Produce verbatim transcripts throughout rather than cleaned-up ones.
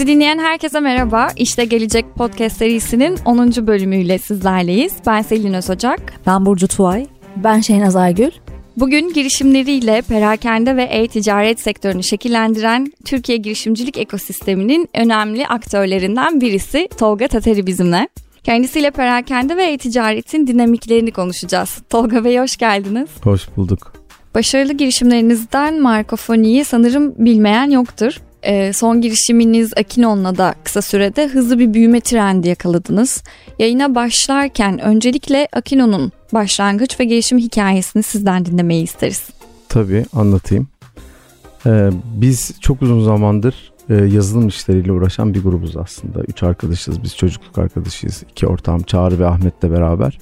Bizi dinleyen herkese merhaba. İşte Gelecek Podcast serisinin onuncu bölümüyle sizlerleyiz. Ben Selin Özocak. Ben Burcu Tuğay. Ben Şehnaz Aygül. Bugün girişimleriyle perakende ve e-ticaret sektörünü şekillendiren Türkiye girişimcilik ekosisteminin önemli aktörlerinden birisi Tolga Tateri bizimle. Kendisiyle perakende ve e-ticaretin dinamiklerini konuşacağız. Tolga Bey, hoş geldiniz. Hoş bulduk. Başarılı girişimlerinizden Markofoni'yi sanırım bilmeyen yoktur. Ee, son girişiminiz Akinon'la da kısa sürede hızlı bir büyüme trendi yakaladınız. Yayına başlarken öncelikle Akinon'un başlangıç ve gelişim hikayesini sizden dinlemeyi isteriz. Tabii, anlatayım. Ee, biz çok uzun zamandır e, yazılım işleriyle uğraşan bir grubuz aslında. Üç arkadaşız, biz çocukluk arkadaşıyız. İki ortağım Çağrı ve Ahmet'le beraber.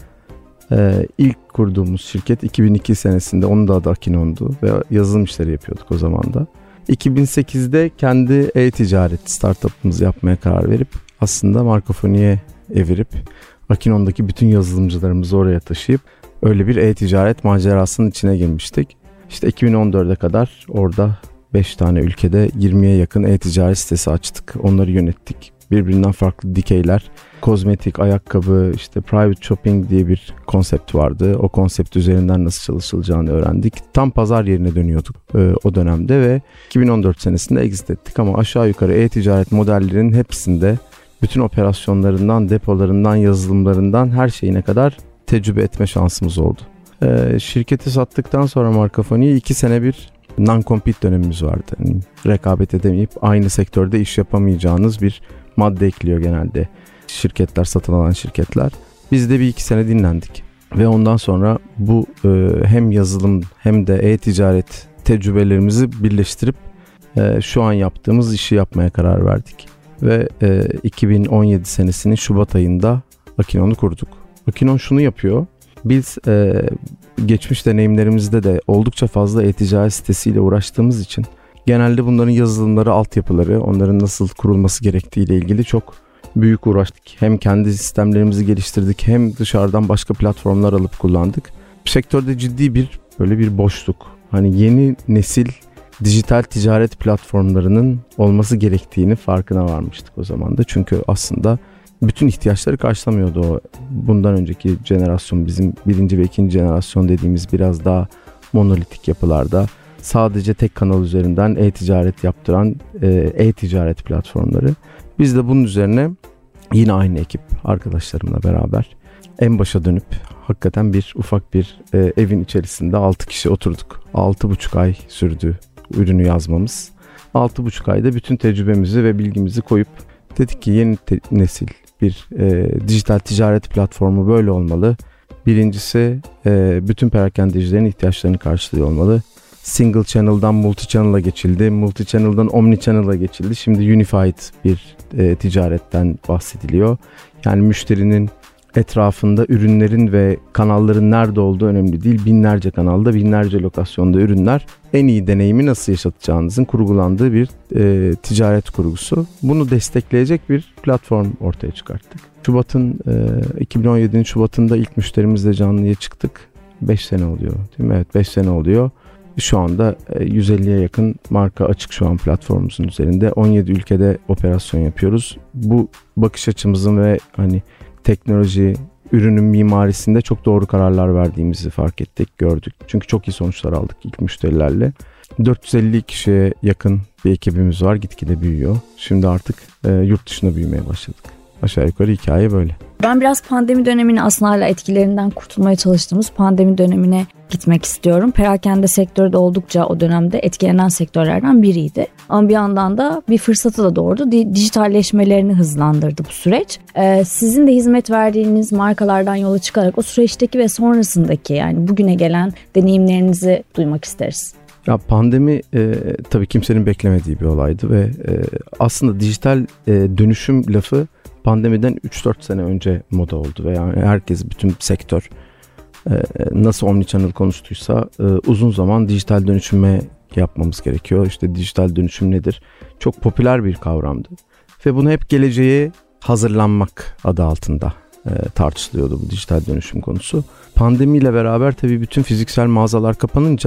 Ee, ilk kurduğumuz şirket iki bin iki senesinde, onun da adı Akinon'du ve yazılım işleri yapıyorduk o zaman da. iki bin sekizde kendi e-ticaret startup'ımızı yapmaya karar verip aslında Markofoni'ye evirip Akinon'daki bütün yazılımcılarımızı oraya taşıyıp öyle bir e-ticaret macerasının içine girmiştik. İşte iki bin on dörde kadar orada beş tane ülkede yirmiye yakın e-ticaret sitesi açtık. Onları yönettik. Birbirinden farklı dikeyler, kozmetik, ayakkabı, işte private shopping diye bir konsept vardı. O konsept üzerinden nasıl çalışılacağını öğrendik. Tam pazar yerine dönüyorduk e, o dönemde ve iki bin on dört senesinde exit ettik. Ama aşağı yukarı e-ticaret modellerinin hepsinde bütün operasyonlarından, depolarından, yazılımlarından her şeyine kadar tecrübe etme şansımız oldu. E, şirketi sattıktan sonra Markofoni'ye iki sene bir non-compete dönemimiz vardı. Yani rekabet edemeyip aynı sektörde iş yapamayacağınız bir madde ekliyor genelde şirketler, satın alan şirketler. Biz de bir iki sene dinlendik ve ondan sonra bu e, hem yazılım hem de e-ticaret tecrübelerimizi birleştirip e, şu an yaptığımız işi yapmaya karar verdik ve e, iki bin on yedi senesinin Şubat ayında Akinon'u kurduk. Akinon şunu yapıyor: biz e, geçmiş deneyimlerimizde de oldukça fazla e-ticaret sitesiyle uğraştığımız için genelde bunların yazılımları, altyapıları, onların nasıl kurulması gerektiği ile ilgili çok büyük uğraştık. Hem kendi sistemlerimizi geliştirdik, hem dışarıdan başka platformlar alıp kullandık. Sektörde ciddi bir böyle bir boşluk. Hani yeni nesil dijital ticaret platformlarının olması gerektiğini farkına varmıştık o zaman da. Çünkü aslında bütün ihtiyaçları karşılamıyordu o. Bundan önceki jenerasyon, bizim birinci ve ikinci jenerasyon dediğimiz biraz daha monolitik yapılarda sadece tek kanal üzerinden e-ticaret yaptıran e, e-ticaret platformları. Biz de bunun üzerine yine aynı ekip arkadaşlarımla beraber en başa dönüp hakikaten bir ufak bir e, evin içerisinde altı kişi oturduk. altı buçuk ay sürdü ürünü yazmamız. altı buçuk ayda bütün tecrübemizi ve bilgimizi koyup dedik ki yeni te- nesil bir e, dijital ticaret platformu böyle olmalı. Birincisi e, bütün perakendecilerin ihtiyaçlarını karşılıyor olmalı. Single channel'dan multi channel'a geçildi. Multi channel'dan omni channel'a geçildi. Şimdi unified bir e, ticaretten bahsediliyor. Yani müşterinin etrafında ürünlerin ve kanalların nerede olduğu önemli değil. Binlerce kanalda, binlerce lokasyonda ürünler, en iyi deneyimi nasıl yaşatacağınızın kurgulandığı bir e, ticaret kurgusu. Bunu destekleyecek bir platform ortaya çıkarttık. Şubat'ın e, iki bin on yedinin Şubat'ında ilk müşterimizle canlıya çıktık. beş sene oluyor, değil mi? Evet, beş sene oluyor. Şu anda yüz elliye yakın marka açık şu an platformumuzun üzerinde. on yedi ülkede operasyon yapıyoruz. Bu bakış açımızın ve hani teknoloji, ürünün mimarisinde çok doğru kararlar verdiğimizi fark ettik, gördük. Çünkü çok iyi sonuçlar aldık ilk müşterilerle. dört yüz elli kişiye yakın bir ekibimiz var, gitgide büyüyor. Şimdi artık e, yurt dışına büyümeye başladık. Aşağı yukarı hikaye böyle. Ben biraz pandemi dönemini, aslında hala etkilerinden kurtulmaya çalıştığımız pandemi dönemine gitmek istiyorum. Perakende sektörü de oldukça o dönemde etkilenen sektörlerden biriydi. Ama bir yandan da bir fırsatı da doğurdu. Dijitalleşmelerini hızlandırdı bu süreç. Ee, sizin de hizmet verdiğiniz markalardan yola çıkarak o süreçteki ve sonrasındaki, yani bugüne gelen deneyimlerinizi duymak isteriz. Ya pandemi e, tabii kimsenin beklemediği bir olaydı ve e, aslında dijital e, dönüşüm lafı pandemiden üç dört sene önce moda oldu ve yani herkes, bütün sektör e, nasıl omnichannel konuştuysa e, uzun zaman dijital dönüşüme yapmamız gerekiyor. İşte dijital dönüşüm nedir? Çok popüler bir kavramdı ve bunu hep geleceğe hazırlanmak adı altında e, tartışılıyordu bu dijital dönüşüm konusu. Pandemiyle beraber tabii bütün fiziksel mağazalar kapanınca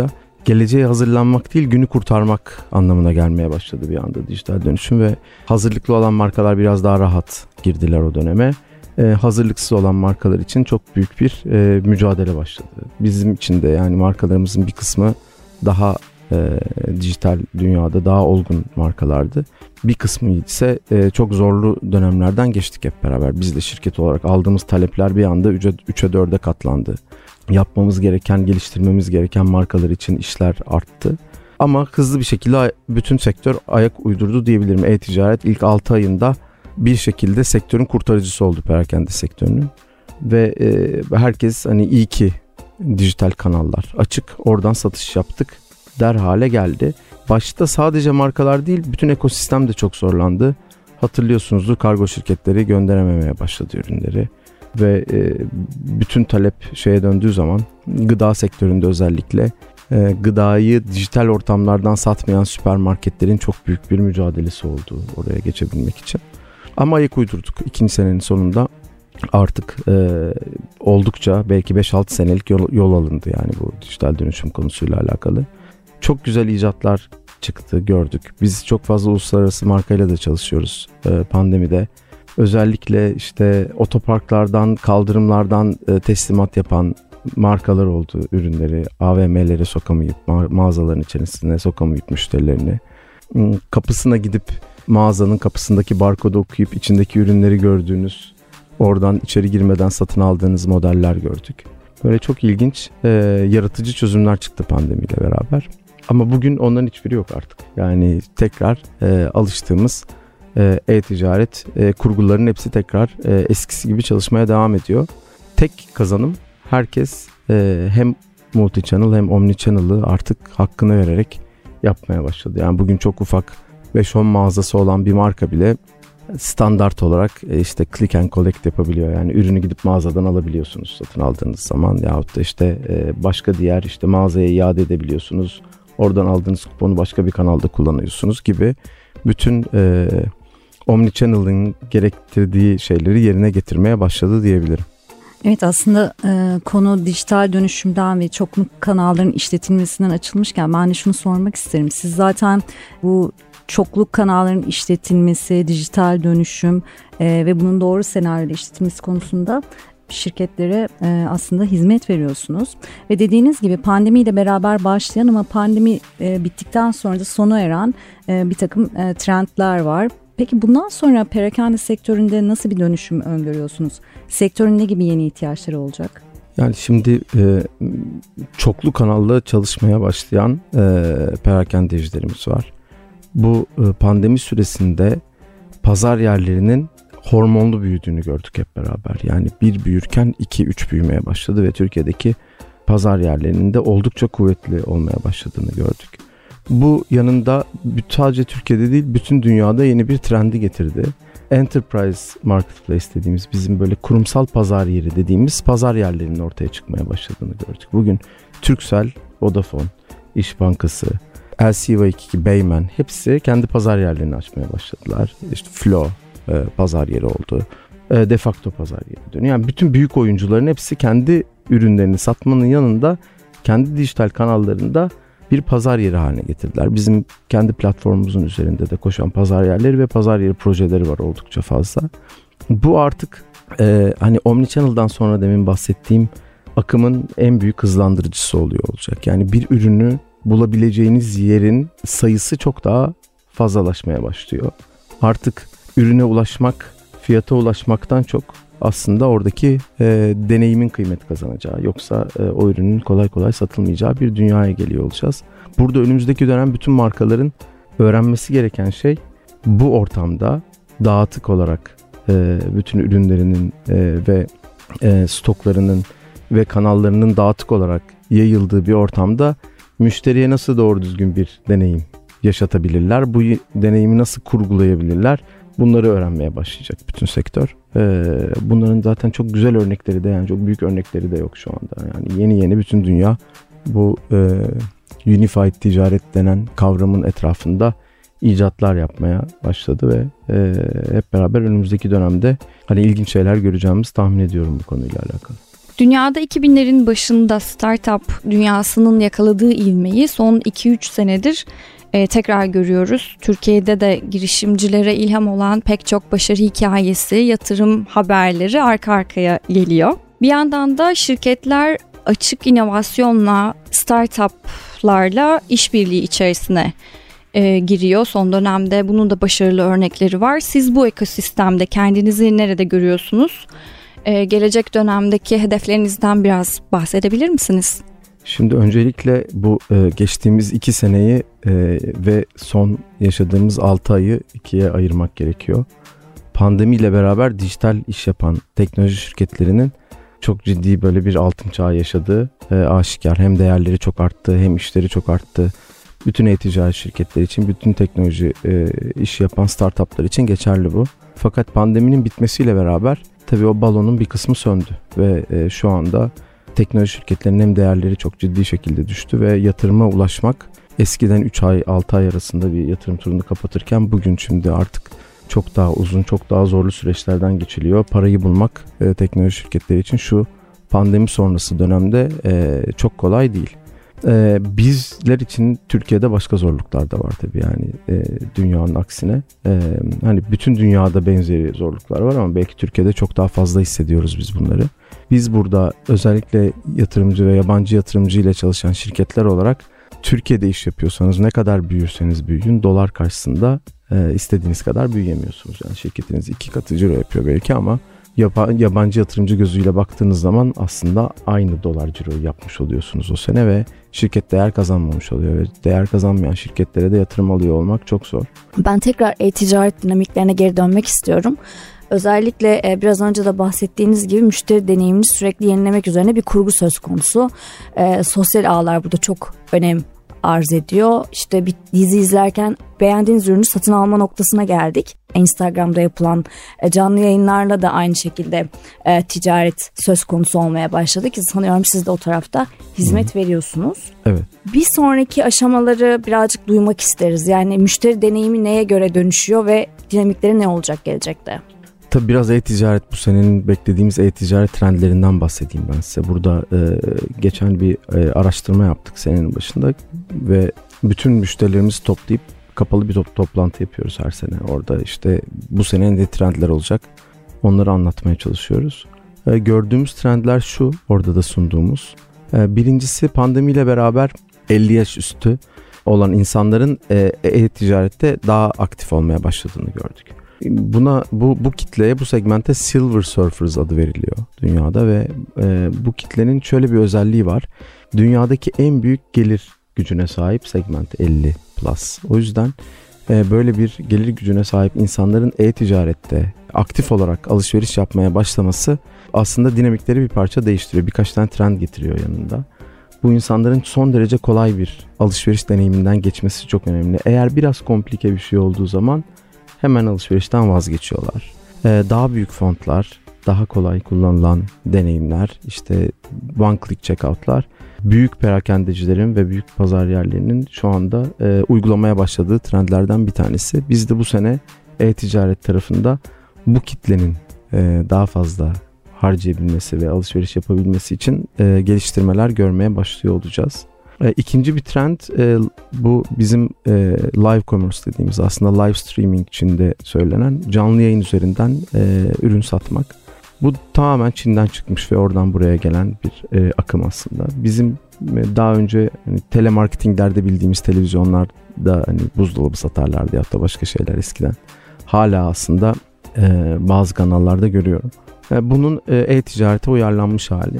geleceğe hazırlanmak değil, günü kurtarmak anlamına gelmeye başladı bir anda dijital dönüşüm ve hazırlıklı olan markalar biraz daha rahat girdiler o döneme. Ee, hazırlıksız olan markalar için çok büyük bir e, mücadele başladı. Bizim için de yani markalarımızın bir kısmı daha e, dijital dünyada daha olgun markalardı. Bir kısmı ise e, çok zorlu dönemlerden geçtik hep beraber. Biz de şirket olarak aldığımız talepler bir anda üçe dörde katlandı. Yapmamız gereken, geliştirmemiz gereken markalar için işler arttı. Ama hızlı bir şekilde bütün sektör ayak uydurdu diyebilirim. E-ticaret ilk altı ayında bir şekilde sektörün kurtarıcısı oldu, perakende sektörünün. Ve e, herkes hani iyi ki dijital kanallar açık, oradan satış yaptık der hale geldi. Başta sadece markalar değil, bütün ekosistem de çok zorlandı. Hatırlıyorsunuzdur, kargo şirketleri gönderememeye başladı ürünleri. Ve e, bütün talep şeye döndüğü zaman gıda sektöründe özellikle e, gıdayı dijital ortamlardan satmayan süpermarketlerin çok büyük bir mücadelesi oldu oraya geçebilmek için. Ama ayak uydurduk. İkinci senenin sonunda artık e, oldukça belki beş altı senelik yol, yol alındı yani bu dijital dönüşüm konusuyla alakalı. Çok güzel icatlar çıktı, gördük. Biz çok fazla uluslararası markayla da çalışıyoruz e, pandemide. Özellikle işte otoparklardan, kaldırımlardan e, teslimat yapan markalar oldu, ürünleri A V M'lere sokamayıp, ma- mağazaların içerisine sokamayıp müşterilerini. Kapısına gidip mağazanın kapısındaki barkodu okuyup içindeki ürünleri gördüğünüz, oradan içeri girmeden satın aldığınız modeller gördük. Böyle çok ilginç, e, yaratıcı çözümler çıktı pandemiyle beraber. Ama bugün onların hiçbiri yok artık. Yani tekrar e, alıştığımız e, e-ticaret e, kurgularının hepsi tekrar e, eskisi gibi çalışmaya devam ediyor. Tek kazanım, herkes e, hem multi-channel hem omni-channel'ı artık hakkını vererek yapmaya başladı. Yani bugün çok ufak beş on mağazası olan bir marka bile standart olarak işte click and collect yapabiliyor. Yani ürünü gidip mağazadan alabiliyorsunuz satın aldığınız zaman, yahut da işte başka diğer işte mağazaya iade edebiliyorsunuz. Oradan aldığınız kuponu başka bir kanalda kullanıyorsunuz gibi bütün e, omnichannel'ın gerektirdiği şeyleri yerine getirmeye başladı diyebilirim. Evet, aslında e, konu dijital dönüşümden ve çoklu kanalların işletilmesinden açılmışken ben de şunu sormak isterim. Siz zaten bu çoklu kanalların işletilmesi, dijital dönüşüm e, ve bunun doğru senaryoda işletilmesi konusunda şirketlere e, aslında hizmet veriyorsunuz. Ve dediğiniz gibi pandemiyle beraber başlayan ama pandemi e, bittikten sonra da sona eren e, bir takım e, trendler var. Peki bundan sonra perakende sektöründe nasıl bir dönüşüm öngörüyorsunuz? Sektörün ne gibi yeni ihtiyaçları olacak? Yani şimdi e, çoklu kanalla çalışmaya başlayan e, perakendecilerimiz var. Bu e, pandemi süresinde pazar yerlerinin hormonlu büyüdüğünü gördük hep beraber. Yani bir büyürken iki üç büyümeye başladı ve Türkiye'deki pazar yerlerinin de oldukça kuvvetli olmaya başladığını gördük. Bu yanında sadece Türkiye'de değil, bütün dünyada yeni bir trendi getirdi. Enterprise Marketplace dediğimiz, bizim böyle kurumsal pazar yeri dediğimiz pazar yerlerinin ortaya çıkmaya başladığını gördük. Bugün Turkcell, Vodafone, İş Bankası, L C V iki, Beymen hepsi kendi pazar yerlerini açmaya başladılar. İşte Flo e, pazar yeri oldu. E, de facto pazar yeri dönüyor. Yani bütün büyük oyuncuların hepsi kendi ürünlerini satmanın yanında kendi dijital kanallarında bir pazar yeri haline getirdiler. Bizim kendi platformumuzun üzerinde de koşan pazar yerleri ve pazar yeri projeleri var oldukça fazla. Bu artık e, hani omnichannel'dan sonra demin bahsettiğim akımın en büyük hızlandırıcısı oluyor olacak. Yani bir ürünü bulabileceğiniz yerin sayısı çok daha fazlalaşmaya başlıyor. Artık ürüne ulaşmak, fiyata ulaşmaktan çok aslında oradaki e, deneyimin kıymet kazanacağı, yoksa e, o ürünün kolay kolay satılmayacağı bir dünyaya geliyor olacağız. Burada önümüzdeki dönem bütün markaların öğrenmesi gereken şey, bu ortamda dağıtık olarak e, bütün ürünlerinin e, ve e, stoklarının ve kanallarının dağıtık olarak yayıldığı bir ortamda müşteriye nasıl doğru düzgün bir deneyim yaşatabilirler, bu deneyimi nasıl kurgulayabilirler, bunları öğrenmeye başlayacak bütün sektör. Ee, bunların zaten çok güzel örnekleri de, yani çok büyük örnekleri de yok şu anda. Yani yeni yeni bütün dünya bu e, unified ticaret denen kavramın etrafında icatlar yapmaya başladı ve e, hep beraber önümüzdeki dönemde hani ilginç şeyler göreceğimizi tahmin ediyorum bu konuyla alakalı. Dünyada iki binlerin başında startup dünyasının yakaladığı ivmeyi son iki üç senedir e, tekrar görüyoruz. Türkiye'de de girişimcilere ilham olan pek çok başarı hikayesi, yatırım haberleri arka arkaya geliyor. Bir yandan da şirketler açık inovasyonla, startuplarla işbirliği içerisine e, giriyor. Son dönemde bunun da başarılı örnekleri var. Siz bu ekosistemde kendinizi nerede görüyorsunuz? E, gelecek dönemdeki hedeflerinizden biraz bahsedebilir misiniz? Şimdi öncelikle bu e, geçtiğimiz iki seneyi e, ve son yaşadığımız altı ayı ikiye ayırmak gerekiyor. Pandemiyle beraber dijital iş yapan teknoloji şirketlerinin çok ciddi böyle bir altın çağı yaşadığı e, aşikar. Hem değerleri çok arttı, hem işleri çok arttı. Bütün e-ticaret şirketleri için, bütün teknoloji e, iş yapan startuplar için geçerli bu. Fakat pandeminin bitmesiyle beraber tabii o balonun bir kısmı söndü ve e, şu anda teknoloji şirketlerinin hem değerleri çok ciddi şekilde düştü ve yatırıma ulaşmak eskiden üç ay altı ay arasında bir yatırım turunu kapatırken bugün şimdi artık çok daha uzun, çok daha zorlu süreçlerden geçiliyor. Parayı bulmak e, teknoloji şirketleri için şu pandemi sonrası dönemde e, çok kolay değil. E, bizler için Türkiye'de başka zorluklar da var tabii, yani e, dünyanın aksine. E, hani bütün dünyada benzeri zorluklar var ama belki Türkiye'de çok daha fazla hissediyoruz biz bunları. Biz burada özellikle yatırımcı ve yabancı yatırımcı ile çalışan şirketler olarak Türkiye'de iş yapıyorsanız ne kadar büyürseniz büyüyün, dolar karşısında e, istediğiniz kadar büyüyemiyorsunuz. Yani şirketiniz iki katı ciro yapıyor belki ama yaba, yabancı yatırımcı gözüyle baktığınız zaman aslında aynı dolar ciroyu yapmış oluyorsunuz o sene ve şirket değer kazanmamış oluyor ve değer kazanmayan şirketlere de yatırım alıyor olmak çok zor. Ben tekrar e-ticaret dinamiklerine geri dönmek istiyorum. Özellikle biraz önce de bahsettiğiniz gibi müşteri deneyimini sürekli yenilemek üzerine bir kurgu söz konusu. E, sosyal ağlar burada çok önem arz ediyor. İşte bir dizi izlerken beğendiğiniz ürünü satın alma noktasına geldik. Instagram'da yapılan e, canlı yayınlarla da aynı şekilde e, ticaret söz konusu olmaya başladı ki sanıyorum siz de o tarafta hizmet Hı. veriyorsunuz. Evet. Bir sonraki aşamaları birazcık duymak isteriz. Yani müşteri deneyimi neye göre dönüşüyor ve dinamikleri ne olacak gelecekte? Tabii biraz e-ticaret, bu senenin beklediğimiz e-ticaret trendlerinden bahsedeyim ben size. Burada e, geçen bir e, araştırma yaptık senenin başında ve bütün müşterilerimizi toplayıp kapalı bir top, toplantı yapıyoruz her sene. Orada işte bu sene ne trendler olacak onları anlatmaya çalışıyoruz. E, gördüğümüz trendler şu, orada da sunduğumuz. E, birincisi pandemiyle beraber elli yaş üstü olan insanların e, e-ticarette daha aktif olmaya başladığını gördük. Buna bu bu kitleye, bu segmente Silver Surfers adı veriliyor dünyada ve e, bu kitlenin şöyle bir özelliği var. Dünyadaki en büyük gelir gücüne sahip segment elli plus. O yüzden e, böyle bir gelir gücüne sahip insanların e-ticarette aktif olarak alışveriş yapmaya başlaması aslında dinamikleri bir parça değiştiriyor. Birkaç tane trend getiriyor yanında. Bu insanların son derece kolay bir alışveriş deneyiminden geçmesi çok önemli. Eğer biraz komplike bir şey olduğu zaman hemen alışverişten vazgeçiyorlar. Ee, daha büyük fontlar, daha kolay kullanılan deneyimler, işte one click checkout'lar, büyük perakendecilerin ve büyük pazar yerlerinin şu anda e, uygulamaya başladığı trendlerden bir tanesi. Biz de bu sene e-ticaret tarafında bu kitlenin e, daha fazla harcayabilmesi ve alışveriş yapabilmesi için e, geliştirmeler görmeye başlıyor olacağız. E, ikinci bir trend e, bu bizim e, live commerce dediğimiz, aslında live streaming içinde söylenen canlı yayın üzerinden e, ürün satmak. Bu tamamen Çin'den çıkmış ve oradan buraya gelen bir e, akım aslında. Bizim e, daha önce hani, telemarketinglerde bildiğimiz televizyonlarda hani buzdolabı satarlardı ya da başka şeyler eskiden. Hala aslında e, bazı kanallarda görüyorum. E, bunun e, e-ticarete uyarlanmış hali.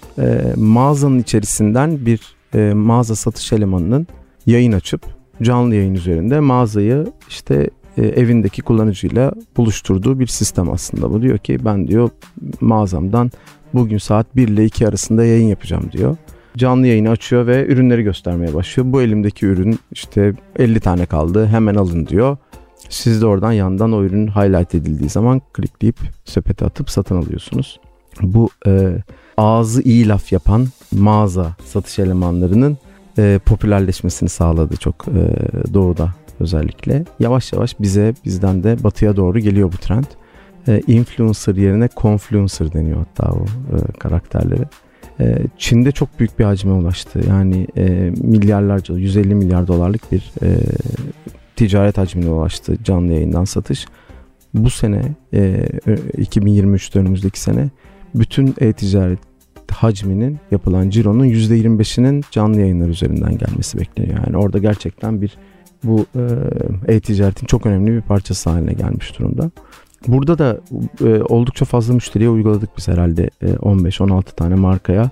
E, mağazanın içerisinden bir e, mağaza satış elemanının yayın açıp canlı yayın üzerinde mağazayı işte e, evindeki kullanıcıyla buluşturduğu bir sistem aslında bu. Diyor ki ben diyor mağazamdan bugün saat bir ile iki arasında yayın yapacağım diyor. Canlı yayını açıyor ve ürünleri göstermeye başlıyor. Bu elimdeki ürün işte elli tane kaldı, hemen alın diyor. Siz de oradan yandan o ürün highlight edildiği zaman klikleyip sepete atıp satın alıyorsunuz. Bu e, ağzı iyi laf yapan mağaza satış elemanlarının e, popülerleşmesini sağladı çok e, doğuda özellikle. Yavaş yavaş bize, bizden de batıya doğru geliyor bu trend. E, influencer yerine confluencer deniyor hatta o e, karakterlere. E, Çin'de çok büyük bir hacme ulaştı. Yani e, milyarlarca, yüz elli milyar dolarlık bir e, ticaret hacmine ulaştı canlı yayından satış. Bu sene e, iki bin yirmi üçte önümüzdeki sene bütün e-ticaret hacminin yapılan cironun yüzde yirmi beşinin canlı yayınlar üzerinden gelmesi bekleniyor. Yani orada gerçekten bir bu e, e-ticaretin çok önemli bir parçası haline gelmiş durumda. Burada da e, oldukça fazla müşteriye uyguladık biz herhalde e, on beş on altı tane markaya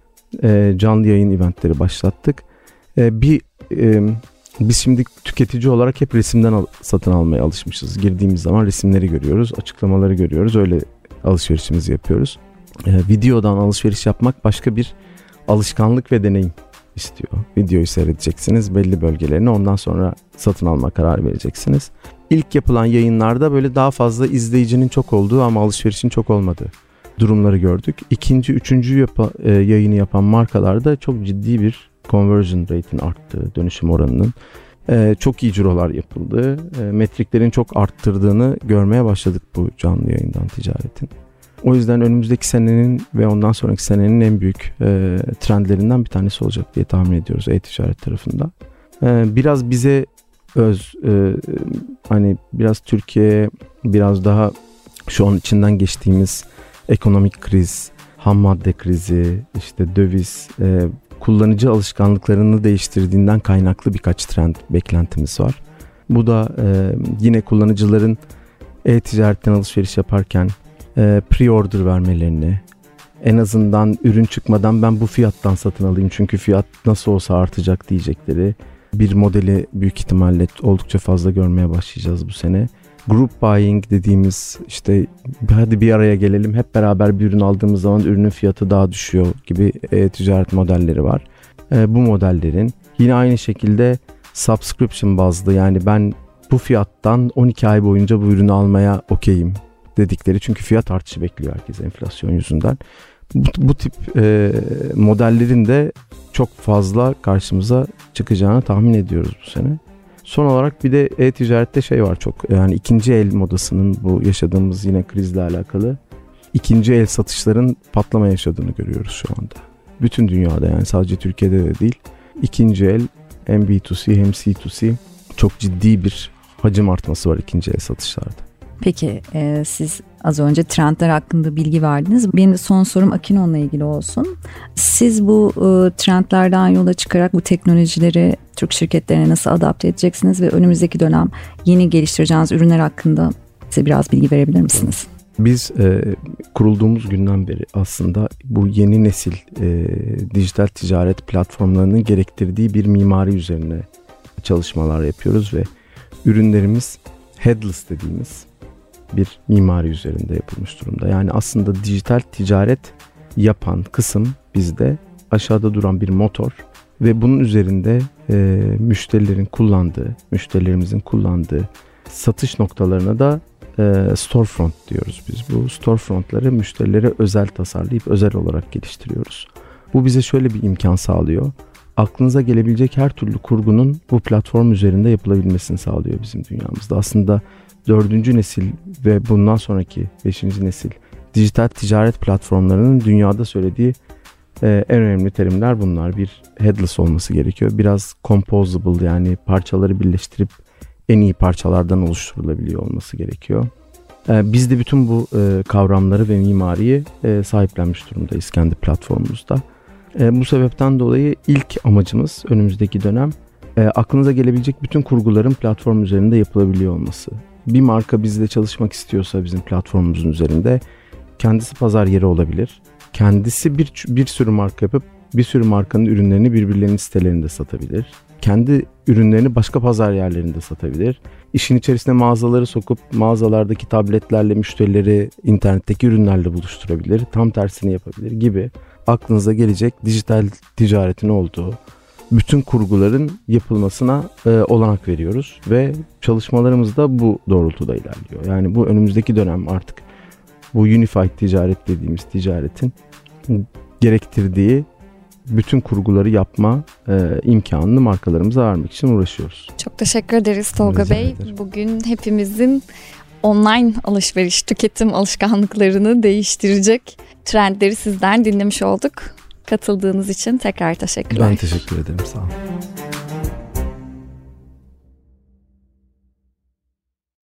e, canlı yayın eventleri başlattık. E, bir e, biz şimdi tüketici olarak hep resimden al, satın almaya alışmışız. Girdiğimiz zaman resimleri görüyoruz, açıklamaları görüyoruz, öyle alışverişimizi yapıyoruz. E, videodan alışveriş yapmak başka bir alışkanlık ve deneyim istiyor. Videoyu seyredeceksiniz, belli bölgelerini, ondan sonra satın alma kararı vereceksiniz. İlk yapılan yayınlarda böyle daha fazla izleyicinin çok olduğu ama alışverişin çok olmadığı durumları gördük. İkinci, üçüncü yapa, e, yayını yapan markalarda çok ciddi bir conversion rate'in arttığı, dönüşüm oranının e, çok iyi cirolar yapıldığı, e, metriklerin çok arttırdığını görmeye başladık bu canlı yayından ticaretin. O yüzden önümüzdeki senenin ve ondan sonraki senenin en büyük e, trendlerinden bir tanesi olacak diye tahmin ediyoruz e-ticaret tarafında. E, biraz bize öz, e, hani biraz Türkiye'ye biraz daha şu an içinden geçtiğimiz ekonomik kriz, ham madde krizi, işte döviz, e, kullanıcı alışkanlıklarını değiştirdiğinden kaynaklı birkaç trend beklentimiz var. Bu da e, yine kullanıcıların e-ticaretten alışveriş yaparken e, pre-order vermelerini, en azından ürün çıkmadan ben bu fiyattan satın alayım çünkü fiyat nasıl olsa artacak diyecekleri bir modeli büyük ihtimalle oldukça fazla görmeye başlayacağız bu sene. Group buying dediğimiz, işte hadi bir araya gelelim, hep beraber bir ürün aldığımız zaman ürünün fiyatı daha düşüyor gibi e-ticaret modelleri var. E, bu modellerin yine aynı şekilde subscription bazlı, yani ben bu fiyattan on iki ay boyunca bu ürünü almaya okeyim dedikleri, çünkü fiyat artışı bekliyor herkes enflasyon yüzünden. Bu, bu tip e, modellerin de çok fazla karşımıza çıkacağını tahmin ediyoruz bu sene. Son olarak bir de e-ticarette şey var çok, yani ikinci el modasının, bu yaşadığımız yine krizle alakalı ikinci el satışların patlama yaşadığını görüyoruz şu anda. Bütün dünyada, yani sadece Türkiye'de de değil. İkinci el hem B iki C hem C iki C çok ciddi bir hacim artması var ikinci el satışlarda. Peki e, siz az önce trendler hakkında bilgi verdiniz. Benim de son sorum Akinon'la ilgili olsun. Siz bu e, trendlerden yola çıkarak bu teknolojileri Türk şirketlerine nasıl adapte edeceksiniz ve önümüzdeki dönem yeni geliştireceğiniz ürünler hakkında size biraz bilgi verebilir misiniz? Biz e, kurulduğumuz günden beri aslında bu yeni nesil e, dijital ticaret platformlarının gerektirdiği bir mimari üzerine çalışmalar yapıyoruz ve ürünlerimiz headless dediğimiz bir mimari üzerinde yapılmış durumda. Yani aslında dijital ticaret yapan kısım bizde aşağıda duran bir motor ve bunun üzerinde e, müşterilerin kullandığı, müşterilerimizin kullandığı satış noktalarına da e, storefront diyoruz biz. Bu storefrontları müşterilere özel tasarlayıp özel olarak geliştiriyoruz. Bu bize şöyle bir imkan sağlıyor. Aklınıza gelebilecek her türlü kurgunun bu platform üzerinde yapılabilmesini sağlıyor bizim dünyamızda. Aslında dördüncü nesil ve bundan sonraki beşinci nesil dijital ticaret platformlarının dünyada söylediği e, en önemli terimler bunlar. Bir, headless olması gerekiyor. Biraz composable, yani parçaları birleştirip en iyi parçalardan oluşturulabiliyor olması gerekiyor. E, biz de bütün bu e, kavramları ve mimariyi e, sahiplenmiş durumdayız kendi platformumuzda. E, bu sebepten dolayı ilk amacımız önümüzdeki dönem e, aklınıza gelebilecek bütün kurguların platform üzerinde yapılabiliyor olması. Bir marka bizle çalışmak istiyorsa bizim platformumuzun üzerinde kendisi pazar yeri olabilir. Kendisi bir, bir sürü marka yapıp bir sürü markanın ürünlerini birbirlerinin sitelerinde satabilir. Kendi ürünlerini başka pazar yerlerinde satabilir. İşin içerisine mağazaları sokup mağazalardaki tabletlerle müşterileri internetteki ürünlerle buluşturabilir. Tam tersini yapabilir gibi aklınıza gelecek dijital ticaretin olduğu bütün kurguların yapılmasına e, olanak veriyoruz ve çalışmalarımız da bu doğrultuda ilerliyor. Yani bu önümüzdeki dönem artık bu unified ticaret dediğimiz ticaretin gerektirdiği bütün kurguları yapma e, imkanını markalarımıza vermek için uğraşıyoruz. Çok teşekkür ederiz Tolga Rica Bey. ederim. Bugün hepimizin online alışveriş, tüketim alışkanlıklarını değiştirecek trendleri sizden dinlemiş olduk. Katıldığınız için tekrar teşekkürler. Ben teşekkür ederim. Sağ olun.